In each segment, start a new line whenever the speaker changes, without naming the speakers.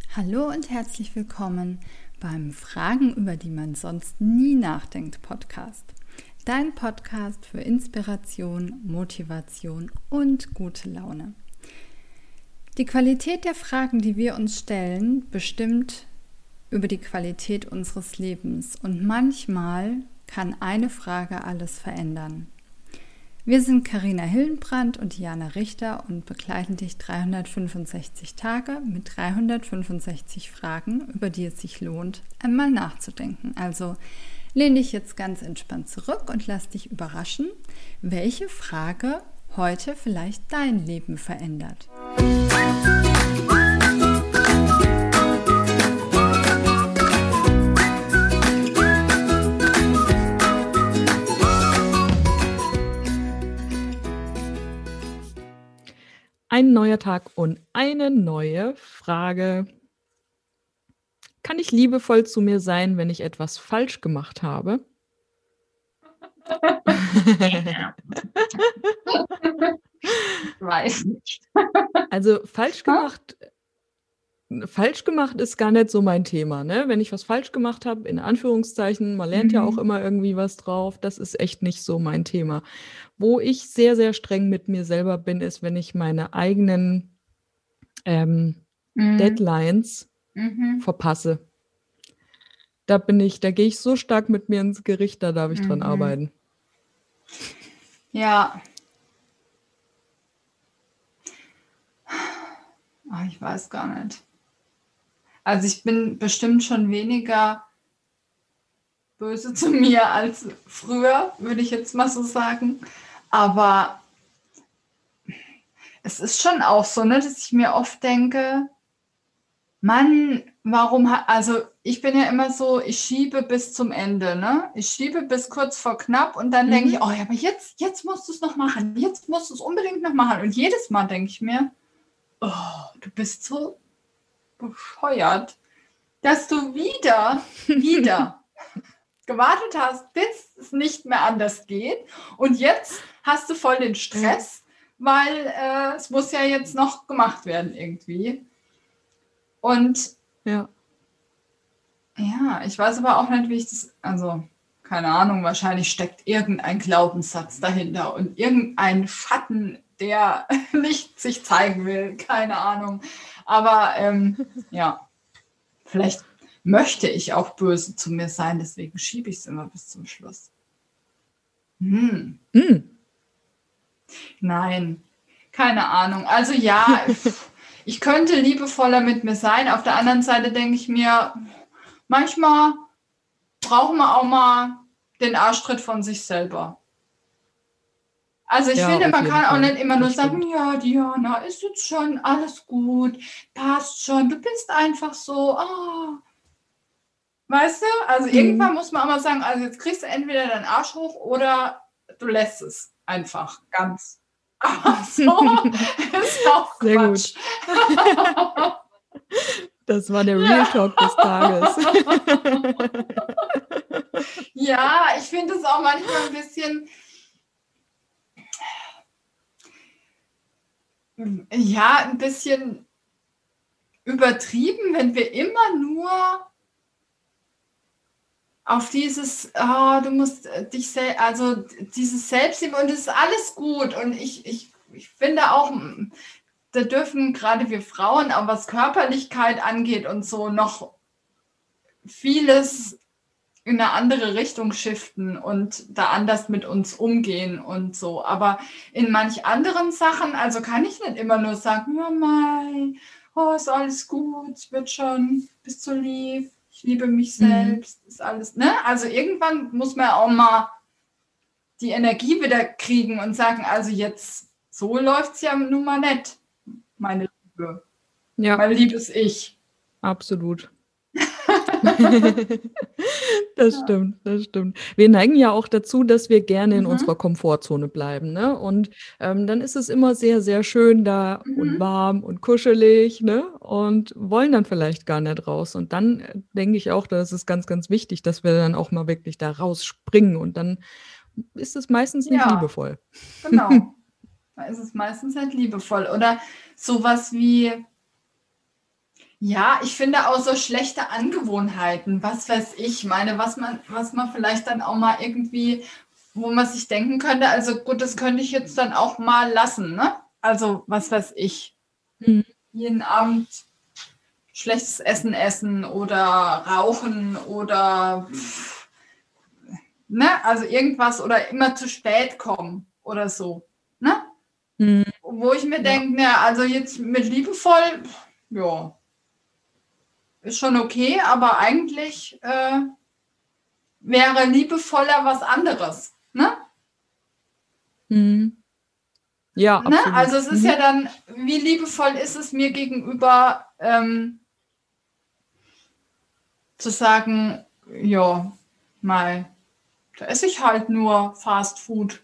Hallo und herzlich willkommen beim Fragen, über die man sonst nie nachdenkt Podcast. Dein Podcast für Inspiration, Motivation und gute Laune. Die Qualität der Fragen, die wir uns stellen, bestimmt über die Qualität unseres Lebens und manchmal kann eine Frage alles verändern. Wir sind Carina Hillenbrand und Diana Richter und begleiten dich 365 Tage mit 365 Fragen, über die es sich lohnt, einmal nachzudenken. Also lehn dich jetzt ganz entspannt zurück und lass dich überraschen, welche Frage heute vielleicht dein Leben verändert.
Ein neuer Tag und eine neue Frage. Kann ich liebevoll zu mir sein, wenn ich etwas falsch gemacht habe?
Ich weiß nicht.
Also falsch gemacht ist gar nicht so mein Thema, ne? Wenn ich was falsch gemacht habe, in Anführungszeichen, man lernt ja auch immer irgendwie was drauf, das ist echt nicht so mein Thema. Wo ich sehr, sehr streng mit mir selber bin, ist, wenn ich meine eigenen Deadlines verpasse. Da gehe ich so stark mit mir ins Gericht, da darf ich dran arbeiten.
Ja. Ich weiß gar nicht. Also ich bin bestimmt schon weniger böse zu mir als früher, würde ich jetzt mal so sagen. Aber es ist schon auch so, ne, dass ich mir oft denke, Mann, also ich bin ja immer so, ich schiebe bis zum Ende, ne? Ich schiebe bis kurz vor knapp und dann denke ich, oh ja, aber jetzt musst du es noch machen, jetzt musst du es unbedingt noch machen. Und jedes Mal denke ich mir, oh, du bist so bescheuert, dass du wieder gewartet hast, bis es nicht mehr anders geht. Und jetzt hast du voll den Stress, weil es muss ja jetzt noch gemacht werden irgendwie. Und ja, ich weiß aber auch nicht, wie ich das, also keine Ahnung, wahrscheinlich steckt irgendein Glaubenssatz dahinter und irgendein Schatten, der nicht sich zeigen will, keine Ahnung. Aber ja, vielleicht möchte ich auch böse zu mir sein, deswegen schiebe ich es immer bis zum Schluss. Nein, keine Ahnung. Also ja, ich könnte liebevoller mit mir sein. Auf der anderen Seite denke ich mir, manchmal braucht man auch mal den Arschtritt von sich selber. Also ich finde, man kann auch nicht immer nur sagen, ja, Diana, ist jetzt schon alles gut, passt schon, du bist einfach so, Weißt du? Also irgendwann muss man auch mal sagen, also jetzt kriegst du entweder deinen Arsch hoch oder du lässt es einfach ganz. Aber so ist auch Quatsch.
Sehr gut. Das war der Real Talk des Tages.
Ja, ich finde es auch manchmal ein bisschen übertrieben, wenn wir immer nur auf dieses, du musst dich also dieses Selbstliebe und es ist alles gut. Und ich finde auch, da dürfen gerade wir Frauen, auch was Körperlichkeit angeht und so, noch vieles in eine andere Richtung shiften und da anders mit uns umgehen und so. Aber in manch anderen Sachen, also kann ich nicht immer nur sagen, ja mei, ist alles gut, es wird schon, bist so lieb, ich liebe mich selbst, ist alles, ne? Also irgendwann muss man auch mal die Energie wieder kriegen und sagen, also jetzt, so läuft es ja nun mal nicht, meine Liebe. Ja. Mein liebes Ich.
Absolut. Das stimmt. Wir neigen ja auch dazu, dass wir gerne in unserer Komfortzone bleiben, ne? Und dann ist es immer sehr, sehr schön da und warm und kuschelig, ne? Und wollen dann vielleicht gar nicht raus. Und dann denke ich auch, das ist ganz, ganz wichtig, dass wir dann auch mal wirklich da rausspringen. Und dann ist es meistens nicht liebevoll.
Genau. Da ist es meistens halt liebevoll. Oder sowas wie, Ja, ich finde auch so schlechte Angewohnheiten, was weiß ich, was man vielleicht dann auch mal irgendwie, wo man sich denken könnte, also gut, das könnte ich jetzt dann auch mal lassen, ne? Also, was weiß ich, jeden Abend schlechtes Essen essen oder rauchen oder, ne? Also irgendwas oder immer zu spät kommen oder so, ne? Wo ich mir denke, ne, also jetzt mit liebevoll, ja, ist schon okay, aber eigentlich wäre liebevoller was anderes, ne?
Ja,
Ne?
absolut.
Also es ist ja dann, wie liebevoll ist es mir gegenüber, zu sagen, ja, mal, da esse ich halt nur Fast Food.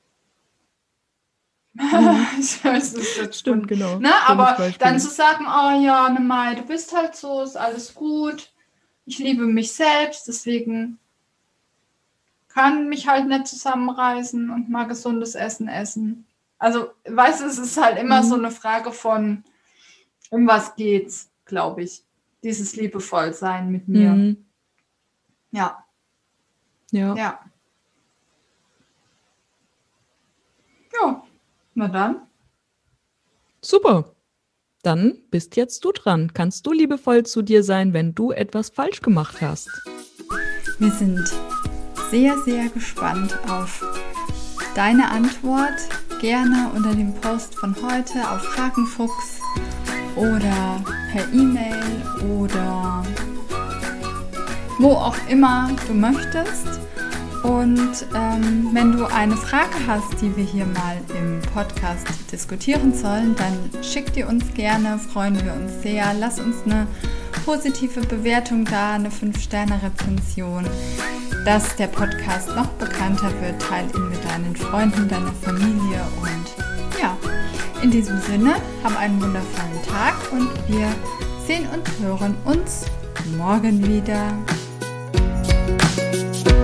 Stimmt, genau.
Ne? Aber dann zu sagen, oh ja, ne Mai, du bist halt so, ist alles gut. Ich liebe mich selbst, deswegen kann mich halt nicht zusammenreißen und mal gesundes Essen essen. Also, weißt du, es ist halt immer so eine Frage von, um was geht's, glaube ich. Dieses Liebevollsein mit mir. Ja.
Ja.
Ja. Ja, na dann.
Super. Dann bist jetzt du dran. Kannst du liebevoll zu dir sein, wenn du etwas falsch gemacht hast?
Wir sind sehr, sehr gespannt auf deine Antwort. Gerne unter dem Post von heute auf Hakenfuchs oder per E-Mail oder wo auch immer du möchtest. Und wenn du eine Frage hast, die wir hier mal im Podcast diskutieren sollen, dann schick die uns gerne, freuen wir uns sehr. Lass uns eine positive Bewertung da, eine 5-Sterne-Rezension, dass der Podcast noch bekannter wird. Teil ihn mit deinen Freunden, deiner Familie und ja, in diesem Sinne, hab einen wundervollen Tag und wir sehen und hören uns morgen wieder.